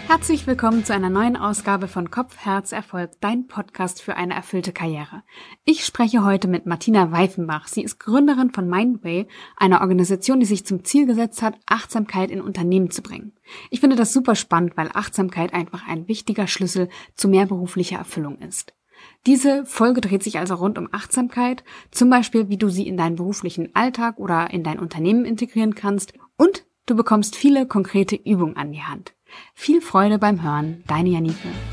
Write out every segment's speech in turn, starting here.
Herzlich willkommen zu einer neuen Ausgabe von Kopf, Herz, Erfolg, dein Podcast für eine erfüllte Karriere. Ich spreche heute mit Martina Weifenbach. Sie ist Gründerin von Mindway, einer Organisation, die sich zum Ziel gesetzt hat, Achtsamkeit in Unternehmen zu bringen. Ich finde das super spannend, weil Achtsamkeit einfach ein wichtiger Schlüssel zu mehr beruflicher Erfüllung ist. Diese Folge dreht sich also rund um Achtsamkeit, zum Beispiel, wie du sie in deinen beruflichen Alltag oder in dein Unternehmen integrieren kannst, und du bekommst viele konkrete Übungen an die Hand. Viel Freude beim Hören, deine Janike.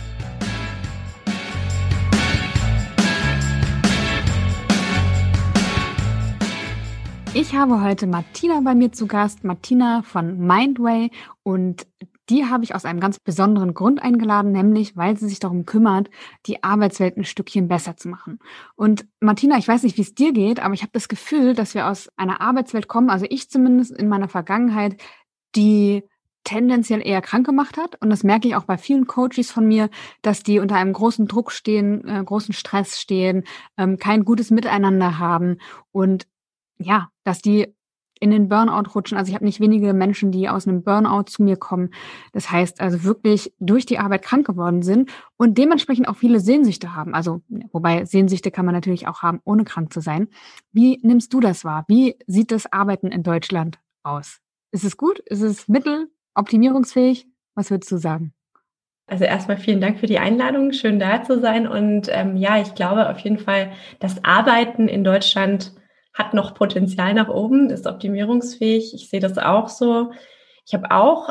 Ich habe heute Martina bei mir zu Gast, Martina von Mindway, und die habe ich aus einem ganz besonderen Grund eingeladen, nämlich weil sie sich darum kümmert, die Arbeitswelt ein Stückchen besser zu machen. Und Martina, ich weiß nicht, wie es dir geht, aber ich habe das Gefühl, dass wir aus einer Arbeitswelt kommen, also ich zumindest in meiner Vergangenheit, die tendenziell eher krank gemacht hat. Und das merke ich auch bei vielen Coaches von mir, dass die unter einem großen Druck stehen, großen Stress stehen, kein gutes Miteinander haben und ja, dass die in den Burnout rutschen. Also ich habe nicht wenige Menschen, die aus einem Burnout zu mir kommen. Das heißt also wirklich durch die Arbeit krank geworden sind und dementsprechend auch viele Sehnsüchte haben. Also wobei Sehnsüchte kann man natürlich auch haben, ohne krank zu sein. Wie nimmst du das wahr? Wie sieht das Arbeiten in Deutschland aus? Ist es gut? Ist es mittel? Optimierungsfähig? Was würdest du sagen? Also erstmal vielen Dank für die Einladung, schön da zu sein. Und ja, ich glaube auf jeden Fall, das Arbeiten in Deutschland hat noch Potenzial nach oben, ist optimierungsfähig. Ich sehe das auch so. Ich habe auch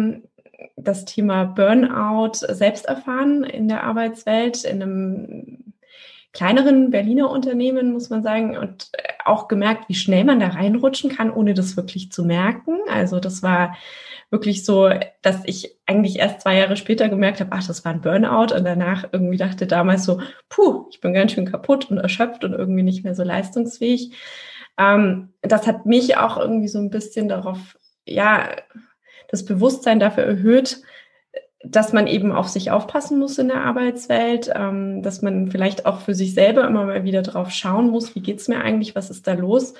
das Thema Burnout selbst erfahren in der Arbeitswelt, in einem kleineren Berliner Unternehmen, muss man sagen, und auch gemerkt, wie schnell man da reinrutschen kann, ohne das wirklich zu merken. Also das war wirklich so, dass ich eigentlich erst 2 Jahre später gemerkt habe, ach, das war ein Burnout, und danach irgendwie dachte damals so, ich bin ganz schön kaputt und erschöpft und irgendwie nicht mehr so leistungsfähig. Das hat mich auch irgendwie so ein bisschen darauf, ja, das Bewusstsein dafür erhöht, dass man eben auf sich aufpassen muss in der Arbeitswelt, dass man vielleicht auch für sich selber immer mal wieder drauf schauen muss, wie geht's mir eigentlich, was ist da los?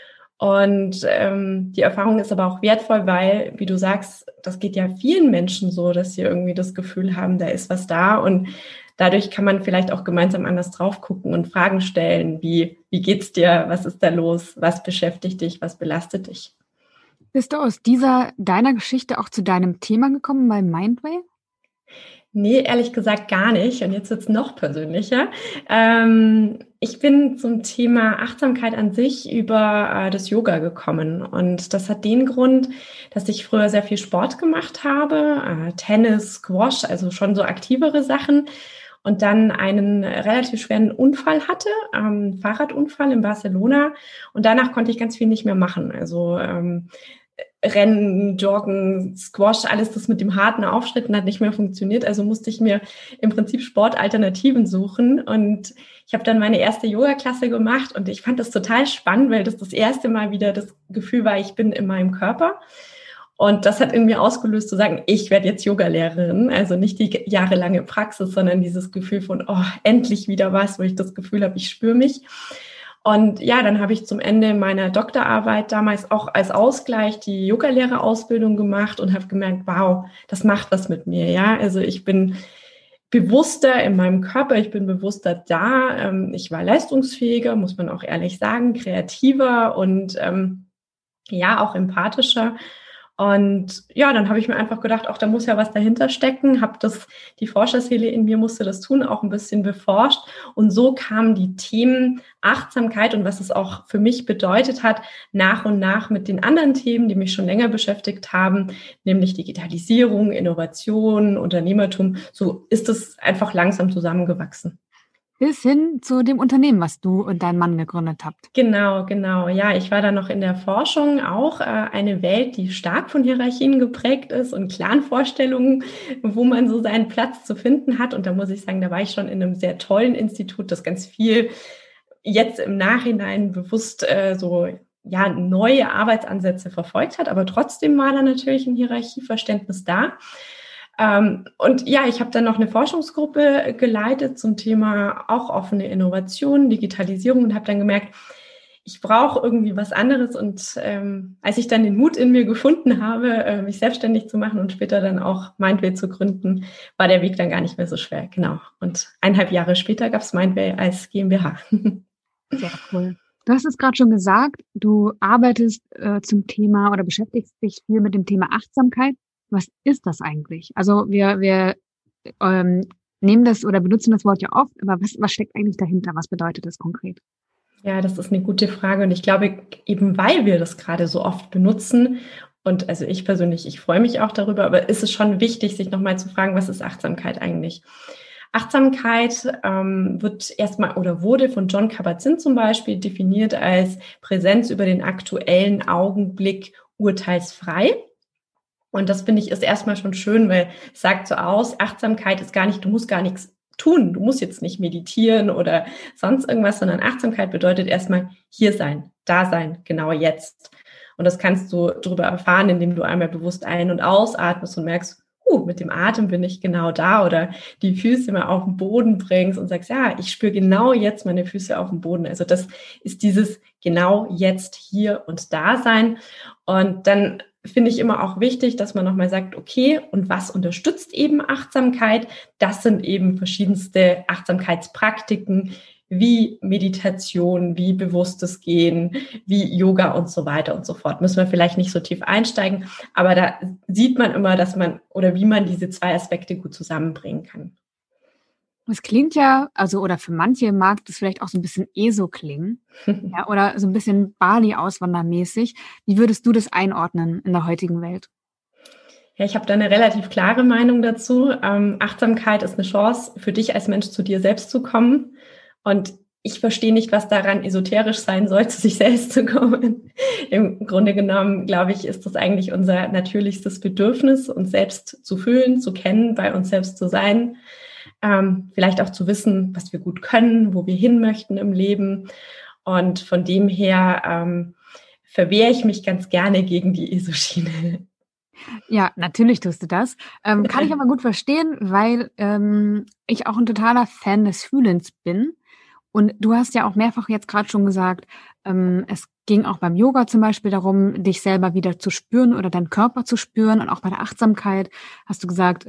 Und die Erfahrung ist aber auch wertvoll, weil, wie du sagst, das geht ja vielen Menschen so, dass sie irgendwie das Gefühl haben, da ist was da, und dadurch kann man vielleicht auch gemeinsam anders drauf gucken und Fragen stellen, wie geht's dir, was ist da los, was beschäftigt dich, was belastet dich? Bist du aus deiner Geschichte auch zu deinem Thema gekommen bei Mindway? Nee, ehrlich gesagt gar nicht. Und jetzt wird's noch persönlicher. Ich bin zum Thema Achtsamkeit an sich über das Yoga gekommen. Und das hat den Grund, dass ich früher sehr viel Sport gemacht habe, Tennis, Squash, also schon so aktivere Sachen. Und dann einen relativ schweren Unfall hatte, Fahrradunfall in Barcelona. Und danach konnte ich ganz viel nicht mehr machen. Also Rennen, Joggen, Squash, alles das mit dem harten Aufschritten hat nicht mehr funktioniert. Also musste ich mir im Prinzip Sportalternativen suchen. Und ich habe dann meine erste Yoga-Klasse gemacht, und ich fand das total spannend, weil das erste Mal wieder das Gefühl war, ich bin in meinem Körper. Und das hat in mir ausgelöst zu sagen, ich werde jetzt Yoga-Lehrerin. Also nicht die jahrelange Praxis, sondern dieses Gefühl von, endlich wieder was, wo ich das Gefühl habe, ich spüre mich. Und ja, dann habe ich zum Ende meiner Doktorarbeit damals auch als Ausgleich die Yogalehrerausbildung gemacht und habe gemerkt, wow, das macht was mit mir. Ja, also ich bin bewusster in meinem Körper, ich bin bewusster da. Ich war leistungsfähiger, muss man auch ehrlich sagen, kreativer und ja, auch empathischer. Und ja, dann habe ich mir einfach gedacht, da muss ja was dahinter stecken, die Forscherseele in mir musste das tun, auch ein bisschen beforscht. Und so kamen die Themen Achtsamkeit und was es auch für mich bedeutet hat, nach und nach mit den anderen Themen, die mich schon länger beschäftigt haben, nämlich Digitalisierung, Innovation, Unternehmertum. So ist es einfach langsam zusammengewachsen. Bis hin zu dem Unternehmen, was du und dein Mann gegründet habt. Genau. Ja, ich war da noch in der Forschung, auch eine Welt, die stark von Hierarchien geprägt ist und Clan-Vorstellungen, wo man so seinen Platz zu finden hat. Und da muss ich sagen, da war ich schon in einem sehr tollen Institut, das ganz viel jetzt im Nachhinein bewusst neue Arbeitsansätze verfolgt hat. Aber trotzdem war da natürlich ein Hierarchieverständnis da. Und ja, ich habe dann noch eine Forschungsgruppe geleitet zum Thema auch offene Innovation, Digitalisierung, und habe dann gemerkt, ich brauche irgendwie was anderes. Und als ich dann den Mut in mir gefunden habe, mich selbstständig zu machen und später dann auch Mindway zu gründen, war der Weg dann gar nicht mehr so schwer. Genau. Und 1,5 Jahre später gab es Mindway als GmbH. Sehr cool. Du hast es gerade schon gesagt, du arbeitest zum Thema oder beschäftigst dich viel mit dem Thema Achtsamkeit. Was ist das eigentlich? Also wir nehmen das oder benutzen das Wort ja oft, aber was steckt eigentlich dahinter? Was bedeutet das konkret? Ja, das ist eine gute Frage. Und ich glaube, eben weil wir das gerade so oft benutzen, und also ich persönlich, ich freue mich auch darüber, aber ist es schon wichtig, sich nochmal zu fragen, was ist Achtsamkeit eigentlich? Achtsamkeit wird erstmal oder wurde von Jon Kabat-Zinn zum Beispiel definiert als Präsenz über den aktuellen Augenblick urteilsfrei. Und das finde ich ist erstmal schon schön, weil es sagt so aus, Achtsamkeit ist gar nicht, du musst gar nichts tun. Du musst jetzt nicht meditieren oder sonst irgendwas, sondern Achtsamkeit bedeutet erstmal hier sein, da sein, genau jetzt. Und das kannst du darüber erfahren, indem du einmal bewusst ein- und ausatmest und merkst, mit dem Atem bin ich genau da, oder die Füße mal auf den Boden bringst und sagst, ja, ich spüre genau jetzt meine Füße auf dem Boden. Also das ist dieses genau jetzt hier und da sein. Und dann finde ich immer auch wichtig, dass man nochmal sagt, okay, und was unterstützt eben Achtsamkeit? Das sind eben verschiedenste Achtsamkeitspraktiken, wie Meditation, wie bewusstes Gehen, wie Yoga und so weiter und so fort. Müssen wir vielleicht nicht so tief einsteigen, aber da sieht man immer, dass man oder wie man diese zwei Aspekte gut zusammenbringen kann. Es klingt ja, also oder für manche mag das vielleicht auch so ein bisschen ESO klingen, ja, oder so ein bisschen Bali-Auswandermäßig. Wie würdest du das einordnen in der heutigen Welt? Ja, ich habe da eine relativ klare Meinung dazu. Achtsamkeit ist eine Chance für dich als Mensch zu dir selbst zu kommen. Und ich verstehe nicht, was daran esoterisch sein soll, zu sich selbst zu kommen. Im Grunde genommen, glaube ich, ist das eigentlich unser natürlichstes Bedürfnis, uns selbst zu fühlen, zu kennen, bei uns selbst zu sein. Vielleicht auch zu wissen, was wir gut können, wo wir hin möchten im Leben. Und von dem her verwehre ich mich ganz gerne gegen die ESO-Schiene. Ja, natürlich tust du das. Kann ich aber gut verstehen, weil ich auch ein totaler Fan des Fühlens bin. Und du hast ja auch mehrfach jetzt gerade schon gesagt, es ging auch beim Yoga zum Beispiel darum, dich selber wieder zu spüren oder deinen Körper zu spüren. Und auch bei der Achtsamkeit hast du gesagt,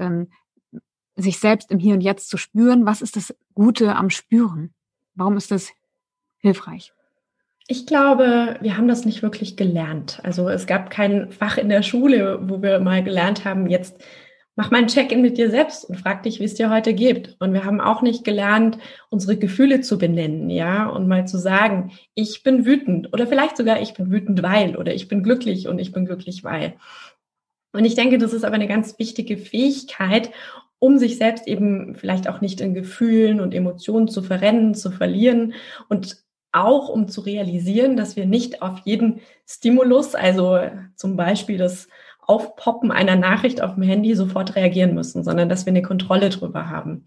sich selbst im Hier und Jetzt zu spüren. Was ist das Gute am Spüren? Warum ist das hilfreich? Ich glaube, wir haben das nicht wirklich gelernt. Also es gab kein Fach in der Schule, wo wir mal gelernt haben, jetzt mach mal ein Check-in mit dir selbst und frag dich, wie es dir heute geht. Und wir haben auch nicht gelernt, unsere Gefühle zu benennen, ja, und mal zu sagen, ich bin wütend oder vielleicht sogar ich bin wütend, weil, oder ich bin glücklich und ich bin glücklich, weil. Und ich denke, das ist aber eine ganz wichtige Fähigkeit, um sich selbst eben vielleicht auch nicht in Gefühlen und Emotionen zu verrennen, zu verlieren und auch um zu realisieren, dass wir nicht auf jeden Stimulus, also zum Beispiel das Aufpoppen einer Nachricht auf dem Handy, sofort reagieren müssen, sondern dass wir eine Kontrolle drüber haben.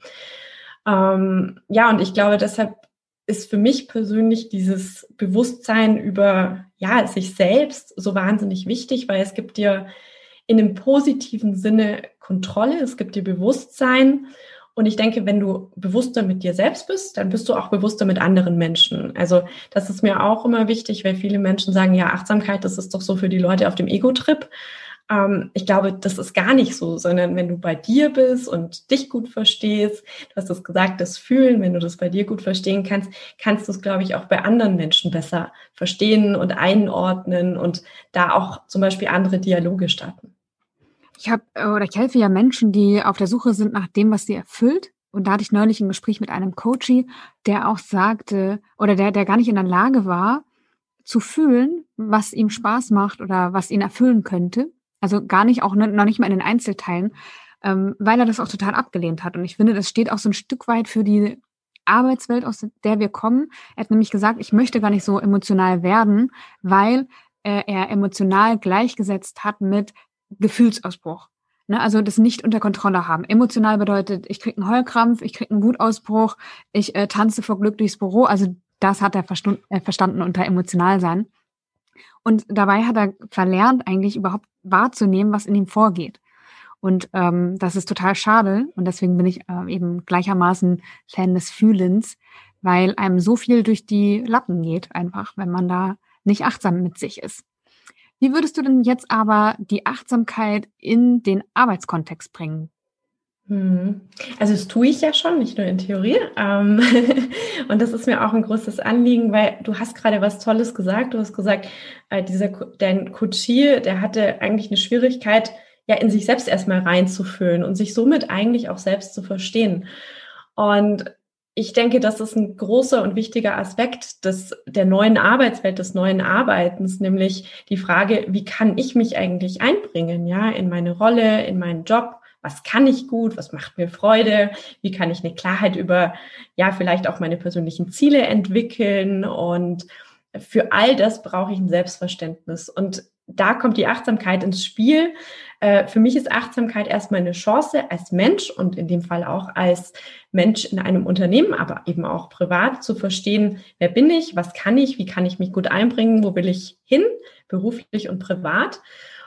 Ja, und ich glaube, deshalb ist für mich persönlich dieses Bewusstsein über ja, sich selbst so wahnsinnig wichtig, weil es gibt dir in einem positiven Sinne Kontrolle, es gibt dir Bewusstsein. Und ich denke, wenn du bewusster mit dir selbst bist, dann bist du auch bewusster mit anderen Menschen. Also das ist mir auch immer wichtig, weil viele Menschen sagen, ja, Achtsamkeit, das ist doch so für die Leute auf dem Ego-Trip. Ich glaube, das ist gar nicht so, sondern wenn du bei dir bist und dich gut verstehst, du hast es gesagt, das Fühlen, wenn du das bei dir gut verstehen kannst, kannst du es, glaube ich, auch bei anderen Menschen besser verstehen und einordnen und da auch zum Beispiel andere Dialoge starten. Ich helfe ja Menschen, die auf der Suche sind nach dem, was sie erfüllt. Und da hatte ich neulich ein Gespräch mit einem Coachie, der auch sagte, oder der gar nicht in der Lage war, zu fühlen, was ihm Spaß macht oder was ihn erfüllen könnte. Also gar nicht, auch noch nicht mal in den Einzelteilen, weil er das auch total abgelehnt hat. Und ich finde, das steht auch so ein Stück weit für die Arbeitswelt, aus der wir kommen. Er hat nämlich gesagt, ich möchte gar nicht so emotional werden, weil er emotional gleichgesetzt hat mit Gefühlsausbruch. Ne, also das nicht unter Kontrolle haben. Emotional bedeutet, ich kriege einen Heulkrampf, ich kriege einen Wutausbruch, ich tanze vor Glück durchs Büro. Also das hat er verstanden unter emotional sein. Und dabei hat er verlernt, eigentlich überhaupt wahrzunehmen, was in ihm vorgeht. Und das ist total schade. Und deswegen bin ich eben gleichermaßen Fan des Fühlens, weil einem so viel durch die Lappen geht einfach, wenn man da nicht achtsam mit sich ist. Wie würdest du denn jetzt aber die Achtsamkeit in den Arbeitskontext bringen? Also das tue ich ja schon, nicht nur in Theorie. Und das ist mir auch ein großes Anliegen, weil du hast gerade was Tolles gesagt. Du hast gesagt, dein Coachie, der hatte eigentlich eine Schwierigkeit, ja, in sich selbst erstmal reinzufühlen und sich somit eigentlich auch selbst zu verstehen. Und ich denke, das ist ein großer und wichtiger Aspekt der neuen Arbeitswelt, des neuen Arbeitens, nämlich die Frage, wie kann ich mich eigentlich einbringen, ja, in meine Rolle, in meinen Job? Was kann ich gut? Was macht mir Freude? Wie kann ich eine Klarheit über, ja, vielleicht auch meine persönlichen Ziele entwickeln? Und für all das brauche ich ein Selbstverständnis. Und da kommt die Achtsamkeit ins Spiel. Für mich ist Achtsamkeit erstmal eine Chance als Mensch und in dem Fall auch als Mensch in einem Unternehmen, aber eben auch privat zu verstehen, wer bin ich, was kann ich, wie kann ich mich gut einbringen, wo will ich hin, beruflich und privat.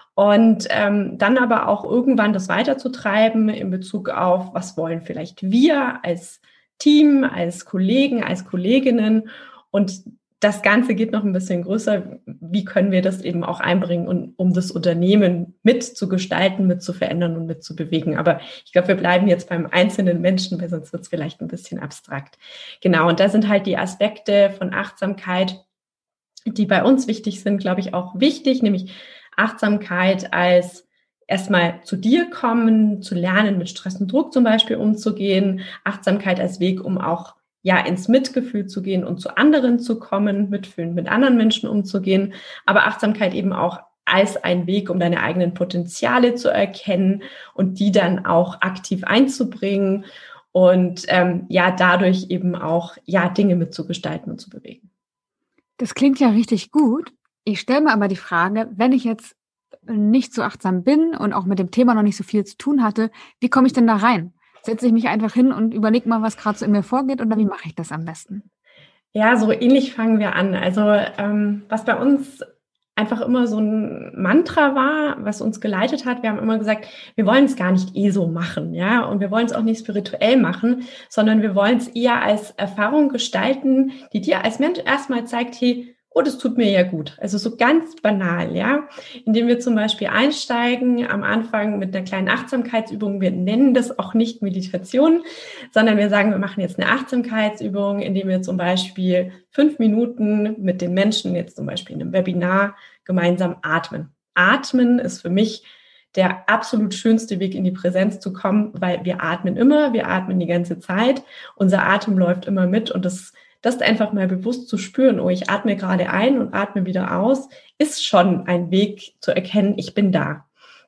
Und dann aber auch irgendwann das weiterzutreiben in Bezug auf, was wollen vielleicht wir als Team, als Kollegen, als Kolleginnen. Und das Ganze geht noch ein bisschen größer. Wie können wir das eben auch einbringen, um das Unternehmen mitzugestalten, mitzuverändern und mitzubewegen? Aber ich glaube, wir bleiben jetzt beim einzelnen Menschen, weil sonst wird es vielleicht ein bisschen abstrakt. Genau, und da sind halt die Aspekte von Achtsamkeit, die bei uns wichtig sind, glaube ich, auch wichtig, nämlich Achtsamkeit als erstmal zu dir kommen, zu lernen, mit Stress und Druck zum Beispiel umzugehen, Achtsamkeit als Weg, um auch ja ins Mitgefühl zu gehen und zu anderen zu kommen, mitfühlend mit anderen Menschen umzugehen, aber Achtsamkeit eben auch als ein Weg, um deine eigenen Potenziale zu erkennen und die dann auch aktiv einzubringen und ja dadurch eben auch ja Dinge mitzugestalten und zu bewegen. Das klingt ja richtig gut. Ich stelle mir aber die Frage, wenn ich jetzt nicht so achtsam bin und auch mit dem Thema noch nicht so viel zu tun hatte, wie komme ich denn da rein? Setze ich mich einfach hin und überlege mal, was gerade so in mir vorgeht, oder wie mache ich das am besten? Ja, so ähnlich fangen wir an. Also was bei uns einfach immer so ein Mantra war, was uns geleitet hat, wir haben immer gesagt, wir wollen es gar nicht so machen, ja, und wir wollen es auch nicht spirituell machen, sondern wir wollen es eher als Erfahrung gestalten, die dir als Mensch erstmal zeigt, hey, oh, das tut mir ja gut. Also so ganz banal, ja, indem wir zum Beispiel einsteigen am Anfang mit einer kleinen Achtsamkeitsübung. Wir nennen das auch nicht Meditation, sondern wir sagen, wir machen jetzt eine Achtsamkeitsübung, indem wir zum Beispiel 5 Minuten mit den Menschen, jetzt zum Beispiel in einem Webinar, gemeinsam atmen. Atmen ist für mich der absolut schönste Weg in die Präsenz zu kommen, weil wir atmen immer, wir atmen die ganze Zeit, unser Atem läuft immer mit und das einfach mal bewusst zu spüren, oh, ich atme gerade ein und atme wieder aus, ist schon ein Weg zu erkennen, ich bin da.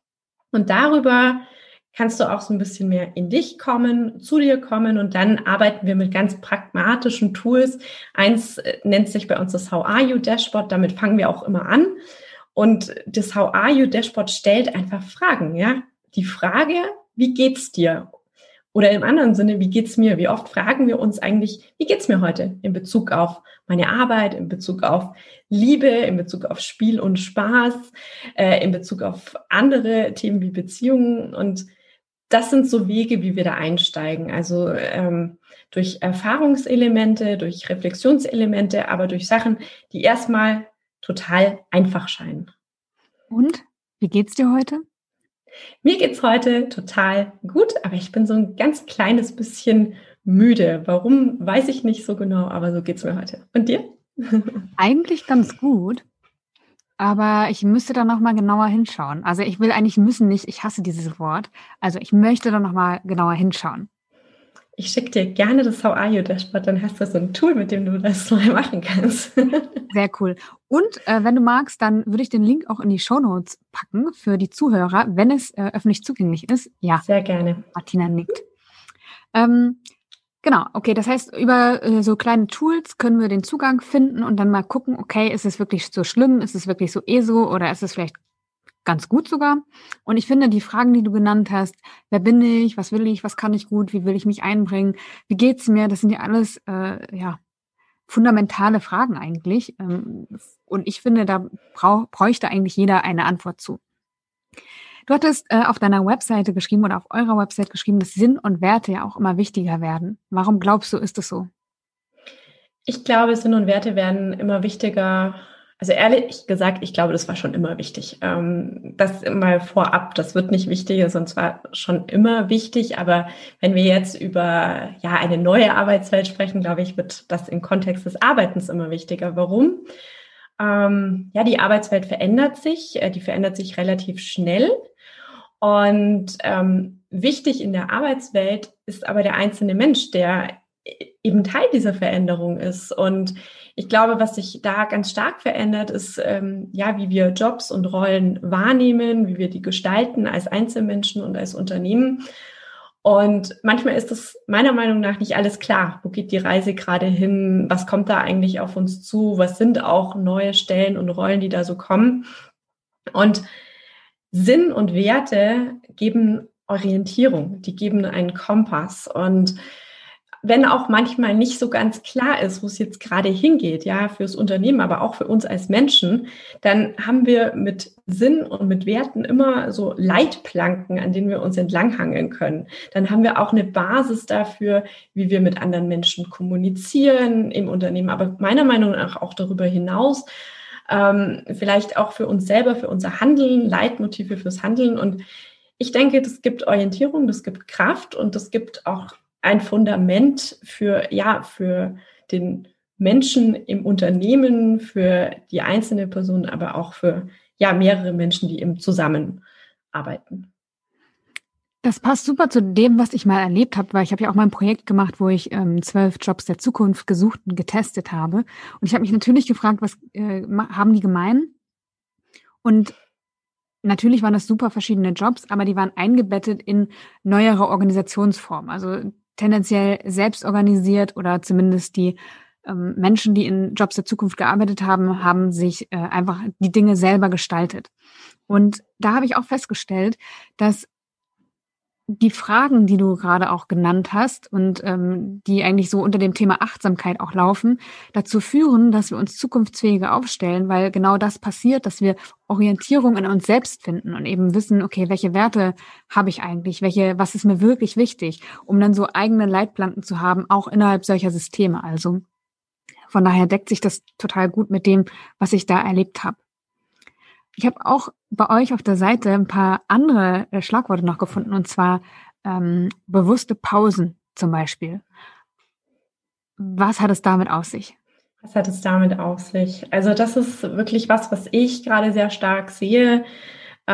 Und darüber kannst du auch so ein bisschen mehr in dich kommen, zu dir kommen und dann arbeiten wir mit ganz pragmatischen Tools. Eins nennt sich bei uns das How Are You Dashboard, damit fangen wir auch immer an. Und das How Are You Dashboard stellt einfach Fragen, ja. Die Frage, wie geht's dir? Oder im anderen Sinne, wie geht's mir? Wie oft fragen wir uns eigentlich, wie geht's mir heute in Bezug auf meine Arbeit, in Bezug auf Liebe, in Bezug auf Spiel und Spaß, in Bezug auf andere Themen wie Beziehungen. Und das sind so Wege, wie wir da einsteigen. Also durch Erfahrungselemente, durch Reflexionselemente, aber durch Sachen, die erstmal total einfach scheinen. Und wie geht's dir heute? Mir geht's heute total gut, aber ich bin so ein ganz kleines bisschen müde. Warum, weiß ich nicht so genau, aber so geht's mir heute. Und dir? Eigentlich ganz gut, aber ich müsste da noch mal genauer hinschauen. Also ich will eigentlich müssen nicht, ich hasse dieses Wort. Also ich möchte da noch mal genauer hinschauen. Ich schicke dir gerne das How Are You Dashboard, dann hast du so ein Tool, mit dem du das mal machen kannst. Sehr cool. Und wenn du magst, dann würde ich den Link auch in die Shownotes packen für die Zuhörer, wenn es öffentlich zugänglich ist. Ja, Sehr gerne. Martina nickt. Genau, okay, das heißt, über so kleine Tools können wir den Zugang finden und dann mal gucken, okay, ist es wirklich so schlimm, ist es wirklich so so oder ist es vielleicht ganz gut sogar? Und ich finde, die Fragen, die du genannt hast, wer bin ich, was will ich, was kann ich gut, wie will ich mich einbringen, wie geht's mir, das sind ja alles fundamentale Fragen eigentlich. Und ich finde, da bräuchte eigentlich jeder eine Antwort zu. Du hattest auf deiner Webseite geschrieben oder auf eurer Website geschrieben, dass Sinn und Werte ja auch immer wichtiger werden. Warum glaubst du, ist es so? Ich glaube, Sinn und Werte werden immer wichtiger. Also ehrlich gesagt, ich glaube, das war schon immer wichtig. Das mal vorab, das wird nicht wichtiger, sonst war schon immer wichtig. Aber wenn wir jetzt über eine neue Arbeitswelt sprechen, glaube ich, wird das im Kontext des Arbeitens immer wichtiger. Warum? Die Arbeitswelt verändert sich, die verändert sich relativ schnell. Und wichtig in der Arbeitswelt ist aber der einzelne Mensch, der eben Teil dieser Veränderung ist. Und ich glaube, was sich da ganz stark verändert, ist, wie wir Jobs und Rollen wahrnehmen, wie wir die gestalten als Einzelmenschen und als Unternehmen. Und manchmal ist es meiner Meinung nach nicht alles klar. Wo geht die Reise gerade hin? Was kommt da eigentlich auf uns zu? Was sind auch neue Stellen und Rollen, die da so kommen? Und Sinn und Werte geben Orientierung, die geben einen Kompass. Und wenn auch manchmal nicht so ganz klar ist, wo es jetzt gerade hingeht, ja, fürs Unternehmen, aber auch für uns als Menschen, dann haben wir mit Sinn und mit Werten immer so Leitplanken, an denen wir uns entlanghangeln können. Dann haben wir auch eine Basis dafür, wie wir mit anderen Menschen kommunizieren im Unternehmen, aber meiner Meinung nach auch darüber hinaus, vielleicht auch für uns selber, für unser Handeln, Leitmotive fürs Handeln. Und ich denke, das gibt Orientierung, das gibt Kraft und das gibt auch ein Fundament für den Menschen im Unternehmen, für die einzelne Person, aber auch für mehrere Menschen, die eben zusammenarbeiten. Das passt super zu dem, was ich mal erlebt habe, weil ich habe ja auch mal ein Projekt gemacht, wo ich 12 Jobs der Zukunft gesucht und getestet habe. Und ich habe mich natürlich gefragt, was haben die gemein? Und natürlich waren das super verschiedene Jobs, aber die waren eingebettet in neuere Organisationsformen. Also tendenziell selbst organisiert oder zumindest die Menschen, die in Jobs der Zukunft gearbeitet haben, haben sich einfach die Dinge selber gestaltet. Und da habe ich auch festgestellt, dass die Fragen, die du gerade auch genannt hast und die eigentlich so unter dem Thema Achtsamkeit auch laufen, dazu führen, dass wir uns zukunftsfähiger aufstellen, weil genau das passiert, dass wir Orientierung in uns selbst finden und eben wissen, okay, welche Werte habe ich eigentlich, was ist mir wirklich wichtig, um dann so eigene Leitplanken zu haben, auch innerhalb solcher Systeme. Also von daher deckt sich das total gut mit dem, was ich da erlebt habe. Ich habe auch bei euch auf der Seite ein paar andere Schlagworte noch gefunden, und zwar bewusste Pausen zum Beispiel. Was hat es damit auf sich? Was hat es damit auf sich? Also das ist wirklich was ich gerade sehr stark sehe. Wir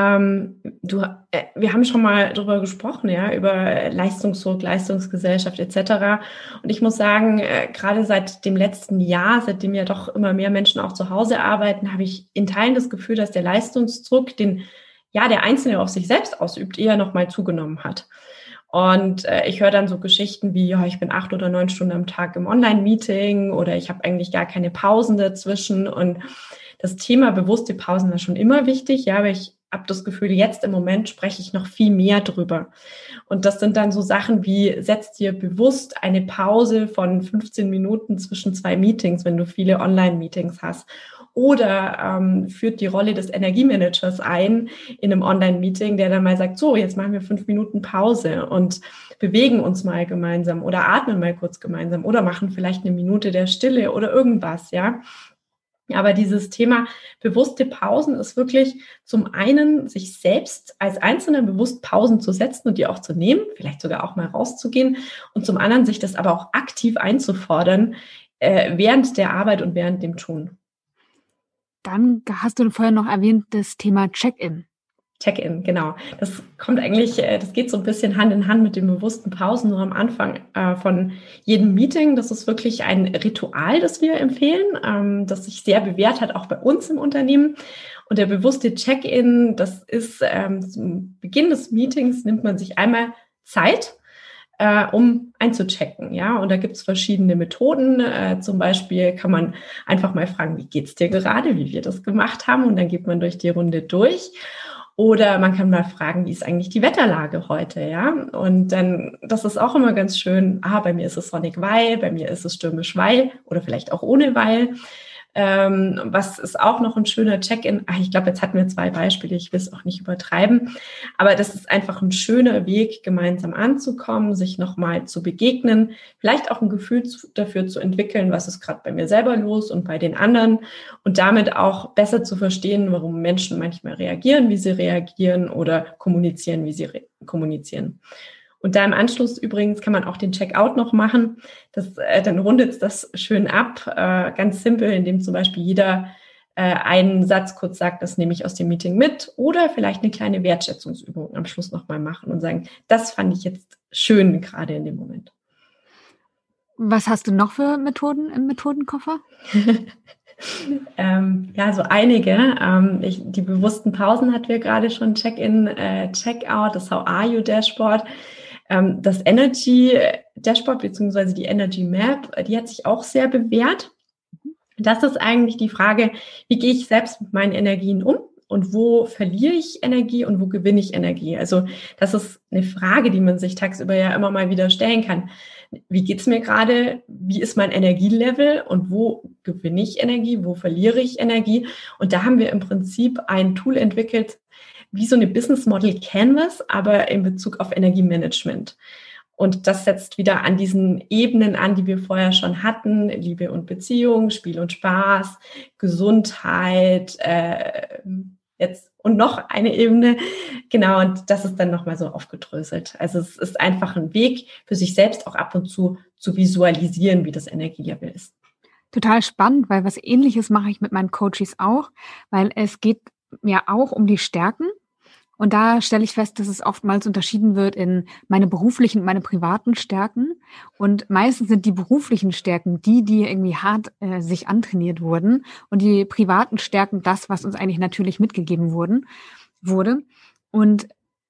haben schon mal darüber gesprochen, ja, über Leistungsdruck, Leistungsgesellschaft etc. Und ich muss sagen, gerade seit dem letzten Jahr, seitdem ja doch immer mehr Menschen auch zu Hause arbeiten, habe ich in Teilen das Gefühl, dass der Leistungsdruck, den der Einzelne auf sich selbst ausübt, eher noch mal zugenommen hat. Und ich höre dann so Geschichten wie, ich bin 8 oder 9 Stunden am Tag im Online-Meeting oder ich habe eigentlich gar keine Pausen dazwischen. Und das Thema bewusste Pausen war schon immer wichtig, aber ich habe das Gefühl, jetzt im Moment spreche ich noch viel mehr drüber. Und das sind dann so Sachen wie, setz dir bewusst eine Pause von 15 Minuten zwischen 2 Meetings, wenn du viele Online-Meetings hast. Oder führt die Rolle des Energiemanagers ein in einem Online-Meeting, der dann mal sagt, so, jetzt machen wir 5 Minuten Pause und bewegen uns mal gemeinsam oder atmen mal kurz gemeinsam oder machen vielleicht eine Minute der Stille oder irgendwas, ja. Aber dieses Thema bewusste Pausen ist wirklich zum einen, sich selbst als Einzelner bewusst Pausen zu setzen und die auch zu nehmen, vielleicht sogar auch mal rauszugehen und zum anderen sich das aber auch aktiv einzufordern während der Arbeit und während dem Tun. Dann hast du vorher noch erwähnt das Thema Check-in. Check-in, genau. Das kommt eigentlich, das geht so ein bisschen Hand in Hand mit den bewussten Pausen nur am Anfang von jedem Meeting. Das ist wirklich ein Ritual, das wir empfehlen, das sich sehr bewährt hat, auch bei uns im Unternehmen. Und der bewusste Check-in, das ist zum Beginn des Meetings nimmt man sich einmal Zeit, um einzuchecken, ja. Und da gibt es verschiedene Methoden. Zum Beispiel kann man einfach mal fragen, wie geht's dir gerade, wie wir das gemacht haben, und dann geht man durch die Runde durch. Oder man kann mal fragen, wie ist eigentlich die Wetterlage heute, ja? Und dann, das ist auch immer ganz schön. Bei mir ist es sonnig, weil, bei mir ist es stürmisch, weil, oder vielleicht auch ohne weil. Was ist auch noch ein schöner Check-in? Ich glaube, jetzt hatten wir 2 Beispiele, ich will es auch nicht übertreiben, aber das ist einfach ein schöner Weg, gemeinsam anzukommen, sich nochmal zu begegnen, vielleicht auch ein Gefühl dafür zu entwickeln, was ist gerade bei mir selber los und bei den anderen und damit auch besser zu verstehen, warum Menschen manchmal reagieren, wie sie reagieren oder kommunizieren, wie sie kommunizieren. Und da im Anschluss übrigens kann man auch den Checkout noch machen. Dann rundet das schön ab, ganz simpel, indem zum Beispiel jeder einen Satz kurz sagt, das nehme ich aus dem Meeting mit oder vielleicht eine kleine Wertschätzungsübung am Schluss nochmal machen und sagen, das fand ich jetzt schön gerade in dem Moment. Was hast du noch für Methoden im Methodenkoffer? So einige. Die bewussten Pausen hatten wir gerade schon, Check-in, Check-out, das How Are You Dashboard. Das Energy Dashboard beziehungsweise die Energy Map, die hat sich auch sehr bewährt. Das ist eigentlich die Frage, wie gehe ich selbst mit meinen Energien um und wo verliere ich Energie und wo gewinne ich Energie? Also das ist eine Frage, die man sich tagsüber ja immer mal wieder stellen kann. Wie geht's mir gerade? Wie ist mein Energielevel und wo gewinne ich Energie? Wo verliere ich Energie? Und da haben wir im Prinzip ein Tool entwickelt, wie so eine Business Model Canvas, aber in Bezug auf Energiemanagement. Und das setzt wieder an diesen Ebenen an, die wir vorher schon hatten. Liebe und Beziehung, Spiel und Spaß, Gesundheit, jetzt und noch eine Ebene. Genau, und das ist dann nochmal so aufgedröselt. Also es ist einfach ein Weg für sich selbst auch ab und zu visualisieren, wie das Energielevel ist. Total spannend, weil was Ähnliches mache ich mit meinen Coaches auch, weil es geht ja auch um die Stärken. Und da stelle ich fest, dass es oftmals unterschieden wird in meine beruflichen und meine privaten Stärken. Und meistens sind die beruflichen Stärken die irgendwie hart sich antrainiert wurden. Und die privaten Stärken das, was uns eigentlich natürlich mitgegeben wurde. Und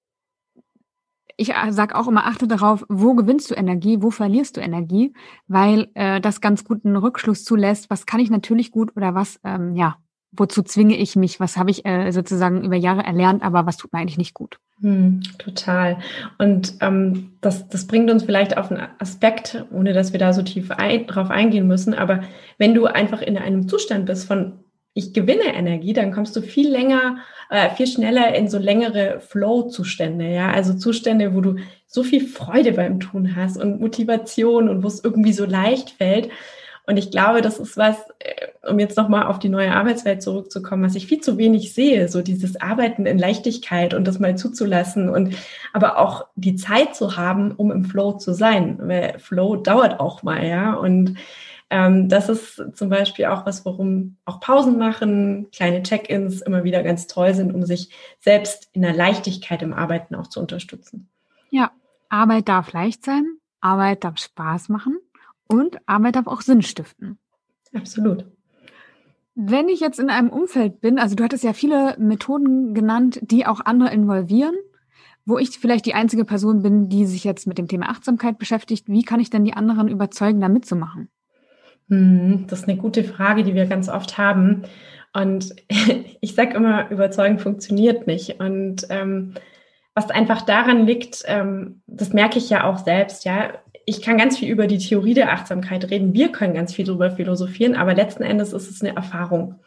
ich sage auch immer, achte darauf, wo gewinnst du Energie, wo verlierst du Energie, weil das ganz gut einen Rückschluss zulässt, was kann ich natürlich gut oder was, wozu zwinge ich mich, was habe ich sozusagen über Jahre erlernt, aber was tut mir eigentlich nicht gut. Total. Und das bringt uns vielleicht auf einen Aspekt, ohne dass wir da so tief drauf eingehen müssen, aber wenn du einfach in einem Zustand bist von ich gewinne Energie, dann kommst du viel schneller in so längere Flow-Zustände, ja, also Zustände, wo du so viel Freude beim Tun hast und Motivation und wo es irgendwie so leicht fällt. Und ich glaube, das ist was, um jetzt nochmal auf die neue Arbeitswelt zurückzukommen, was ich viel zu wenig sehe, so dieses Arbeiten in Leichtigkeit und das mal zuzulassen und aber auch die Zeit zu haben, um im Flow zu sein, weil Flow dauert auch mal, ja, und das ist zum Beispiel auch was, worum auch Pausen machen, kleine Check-ins immer wieder ganz toll sind, um sich selbst in der Leichtigkeit im Arbeiten auch zu unterstützen. Ja, Arbeit darf leicht sein, Arbeit darf Spaß machen und Arbeit darf auch Sinn stiften. Absolut. Wenn ich jetzt in einem Umfeld bin, also du hattest ja viele Methoden genannt, die auch andere involvieren, wo ich vielleicht die einzige Person bin, die sich jetzt mit dem Thema Achtsamkeit beschäftigt, wie kann ich denn die anderen überzeugen, da mitzumachen? Das ist eine gute Frage, die wir ganz oft haben. Und ich sage immer, überzeugen funktioniert nicht. Und was einfach daran liegt, das merke ich ja auch selbst, ja. Ich kann ganz viel über die Theorie der Achtsamkeit reden. Wir können ganz viel darüber philosophieren, aber letzten Endes ist es eine Erfahrung.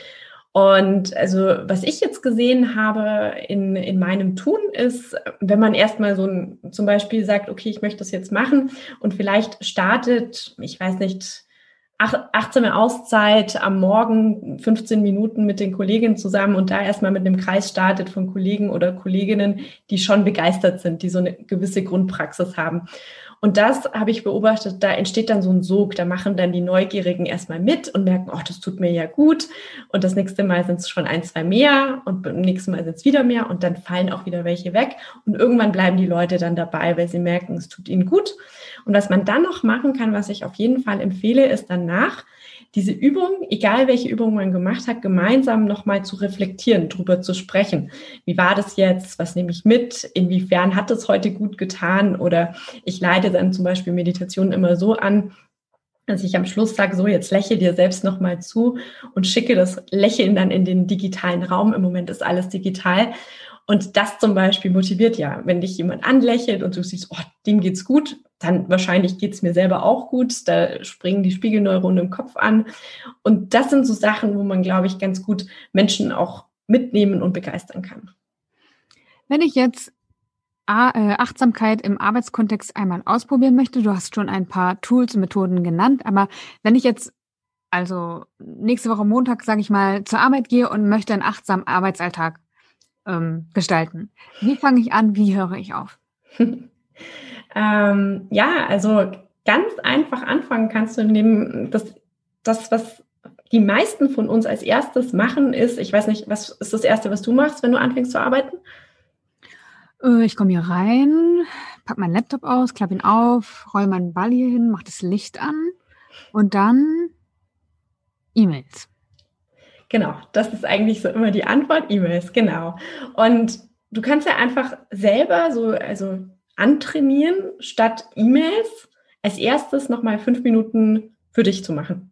Und also, was ich jetzt gesehen habe in meinem Tun ist, wenn man erstmal zum Beispiel sagt, okay, ich möchte das jetzt machen und vielleicht startet, ich weiß nicht, achtsame Auszeit am Morgen 15 Minuten mit den Kolleginnen zusammen und da erstmal mit einem Kreis startet von Kollegen oder Kolleginnen, die schon begeistert sind, die so eine gewisse Grundpraxis haben. Und das habe ich beobachtet, da entsteht dann so ein Sog, da machen dann die Neugierigen erstmal mit und merken, oh, das tut mir ja gut. Und das nächste Mal sind es schon 1, 2 mehr und beim nächsten Mal sind es wieder mehr und dann fallen auch wieder welche weg. Und irgendwann bleiben die Leute dann dabei, weil sie merken, es tut ihnen gut. Und was man dann noch machen kann, was ich auf jeden Fall empfehle, ist danach diese Übung, egal welche Übung man gemacht hat, gemeinsam nochmal zu reflektieren, drüber zu sprechen. Wie war das jetzt? Was nehme ich mit? Inwiefern hat es heute gut getan? Oder ich leite dann zum Beispiel Meditationen immer so an, dass ich am Schluss sage, so jetzt lächle dir selbst nochmal zu und schicke das Lächeln dann in den digitalen Raum. Im Moment ist alles digital. Und das zum Beispiel motiviert ja, wenn dich jemand anlächelt und du siehst, oh, dem geht's gut, dann wahrscheinlich geht es mir selber auch gut. Da springen die Spiegelneuronen im Kopf an. Und das sind so Sachen, wo man, glaube ich, ganz gut Menschen auch mitnehmen und begeistern kann. Wenn ich jetzt Achtsamkeit im Arbeitskontext einmal ausprobieren möchte, du hast schon ein paar Tools und Methoden genannt, aber wenn ich jetzt also nächste Woche Montag, sage ich mal, zur Arbeit gehe und möchte einen achtsamen Arbeitsalltag gestalten, wie fange ich an, wie höre ich auf? Ja, also ganz einfach anfangen kannst du, indem was die meisten von uns als erstes machen, ist, ich weiß nicht, was ist das Erste, was du machst, wenn du anfängst zu arbeiten? Ich komme hier rein, packe meinen Laptop aus, klappe ihn auf, roll meinen Ball hier hin, mache das Licht an und dann E-Mails. Genau, das ist eigentlich so immer die Antwort, E-Mails, genau. Und du kannst ja einfach selber also antrainieren, statt E-Mails als erstes nochmal 5 Minuten für dich zu machen.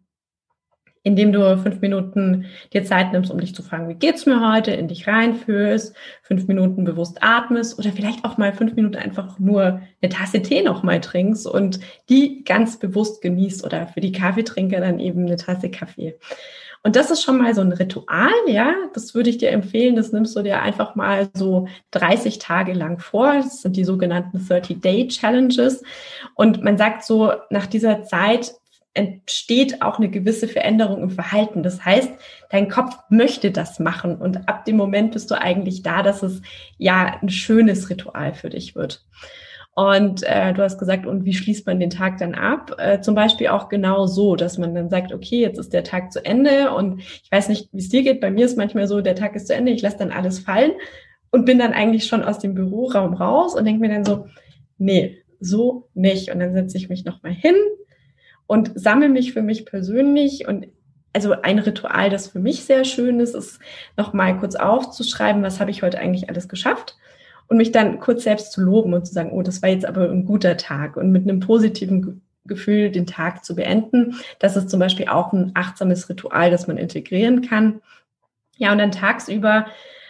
Indem du 5 Minuten dir Zeit nimmst, um dich zu fragen, wie geht's mir heute, in dich reinfühlst, 5 Minuten bewusst atmest oder vielleicht auch mal 5 Minuten einfach nur eine Tasse Tee noch mal trinkst und die ganz bewusst genießt oder für die Kaffeetrinker dann eben eine Tasse Kaffee. Und das ist schon mal so ein Ritual, ja, das würde ich dir empfehlen, das nimmst du dir einfach mal so 30 Tage lang vor. Das sind die sogenannten 30-Day-Challenges. Und man sagt so, nach dieser Zeit entsteht auch eine gewisse Veränderung im Verhalten. Das heißt, dein Kopf möchte das machen und ab dem Moment bist du eigentlich da, dass es ja ein schönes Ritual für dich wird. Und du hast gesagt, und wie schließt man den Tag dann ab? Zum Beispiel auch genau so, dass man dann sagt, okay, jetzt ist der Tag zu Ende und ich weiß nicht, wie es dir geht. Bei mir ist manchmal so, der Tag ist zu Ende, ich lasse dann alles fallen und bin dann eigentlich schon aus dem Büroraum raus und denke mir dann so, nee, so nicht. Und dann setze ich mich nochmal hin und sammle mich für mich persönlich. Und also ein Ritual, das für mich sehr schön ist nochmal kurz aufzuschreiben, was habe ich heute eigentlich alles geschafft und mich dann kurz selbst zu loben und zu sagen, oh, das war jetzt aber ein guter Tag und mit einem positiven Gefühl den Tag zu beenden. Das ist zum Beispiel auch ein achtsames Ritual, das man integrieren kann. Ja, und dann tagsüber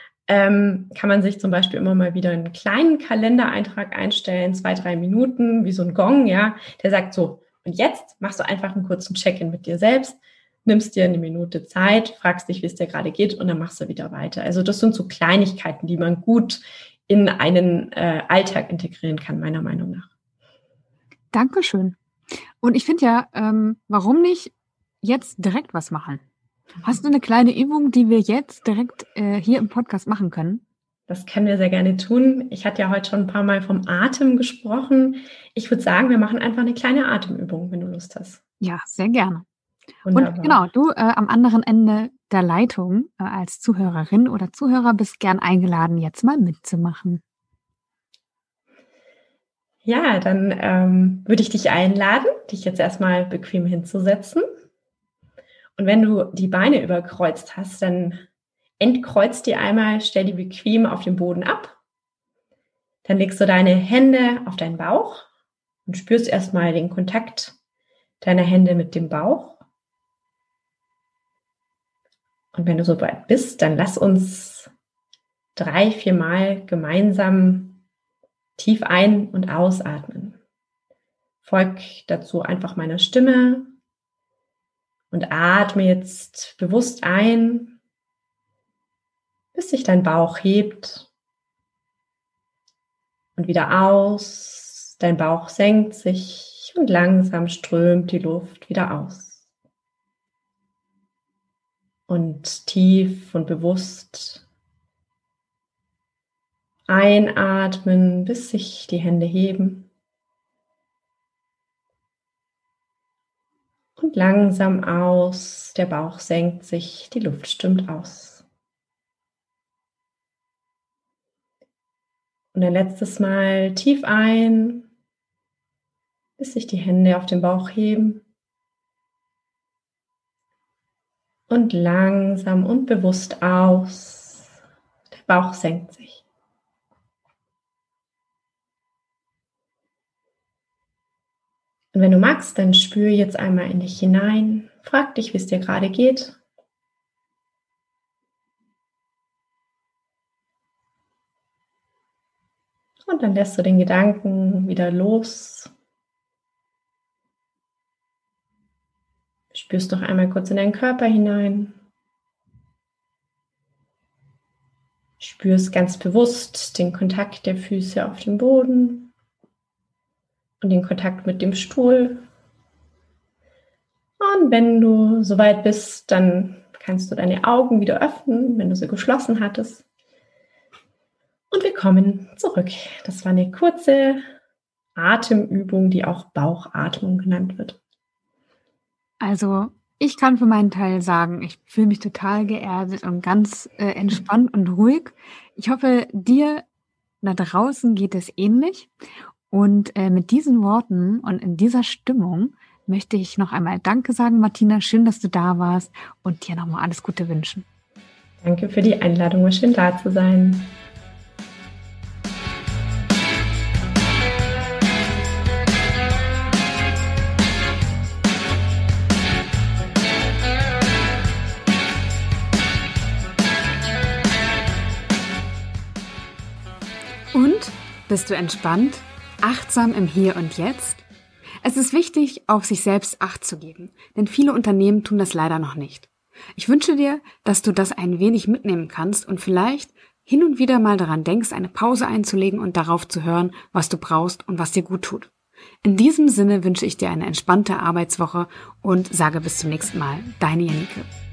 kann man sich zum Beispiel immer mal wieder einen kleinen Kalendereintrag einstellen, 2, 3 Minuten, wie so ein Gong, ja, der sagt so, und jetzt machst du einfach einen kurzen Check-in mit dir selbst, nimmst dir eine Minute Zeit, fragst dich, wie es dir gerade geht und dann machst du wieder weiter. Also das sind so Kleinigkeiten, die man gut in einen Alltag integrieren kann, meiner Meinung nach. Dankeschön. Und ich finde ja, warum nicht jetzt direkt was machen? Hast du eine kleine Übung, die wir jetzt direkt hier im Podcast machen können? Das können wir sehr gerne tun. Ich hatte ja heute schon ein paar Mal vom Atem gesprochen. Ich würde sagen, wir machen einfach eine kleine Atemübung, wenn du Lust hast. Ja, sehr gerne. Und Wunderbar. genau, du am anderen Ende der Leitung als Zuhörerin oder Zuhörer bist gern eingeladen, jetzt mal mitzumachen. Ja, dann würde ich dich einladen, dich jetzt erstmal bequem hinzusetzen. Und wenn du die Beine überkreuzt hast, dann entkreuzt die einmal, stell die bequem auf den Boden ab. Dann legst du deine Hände auf deinen Bauch und spürst erstmal den Kontakt deiner Hände mit dem Bauch. Und wenn du soweit bist, dann lass uns 3, 4 Mal gemeinsam tief ein- und ausatmen. Folg dazu einfach meiner Stimme und atme jetzt bewusst ein, bis sich dein Bauch hebt und wieder aus. Dein Bauch senkt sich und langsam strömt die Luft wieder aus. Und tief und bewusst einatmen, bis sich die Hände heben. Und langsam aus, der Bauch senkt sich, die Luft strömt aus. Und ein letztes Mal tief ein, bis sich die Hände auf den Bauch heben. Und langsam und bewusst aus, der Bauch senkt sich. Und wenn du magst, dann spür jetzt einmal in dich hinein, frag dich, wie es dir gerade geht. Und dann lässt du den Gedanken wieder los Spürst noch einmal kurz in deinen Körper hinein. Spürst ganz bewusst den Kontakt der Füße auf dem Boden und den Kontakt mit dem Stuhl. Und wenn du soweit bist, dann kannst du deine Augen wieder öffnen, wenn du sie geschlossen hattest. Und wir kommen zurück. Das war eine kurze Atemübung, die auch Bauchatmung genannt wird. Also ich kann für meinen Teil sagen, ich fühle mich total geerdet und ganz entspannt und ruhig. Ich hoffe, dir da draußen geht es ähnlich. Und mit diesen Worten und in dieser Stimmung möchte ich noch einmal Danke sagen, Martina. Schön, dass du da warst und dir nochmal alles Gute wünschen. Danke für die Einladung, war schön da zu sein. Und bist du entspannt, achtsam im Hier und Jetzt? Es ist wichtig, auf sich selbst Acht zu geben, denn viele Unternehmen tun das leider noch nicht. Ich wünsche dir, dass du das ein wenig mitnehmen kannst und vielleicht hin und wieder mal daran denkst, eine Pause einzulegen und darauf zu hören, was du brauchst und was dir gut tut. In diesem Sinne wünsche ich dir eine entspannte Arbeitswoche und sage bis zum nächsten Mal. Deine Janike.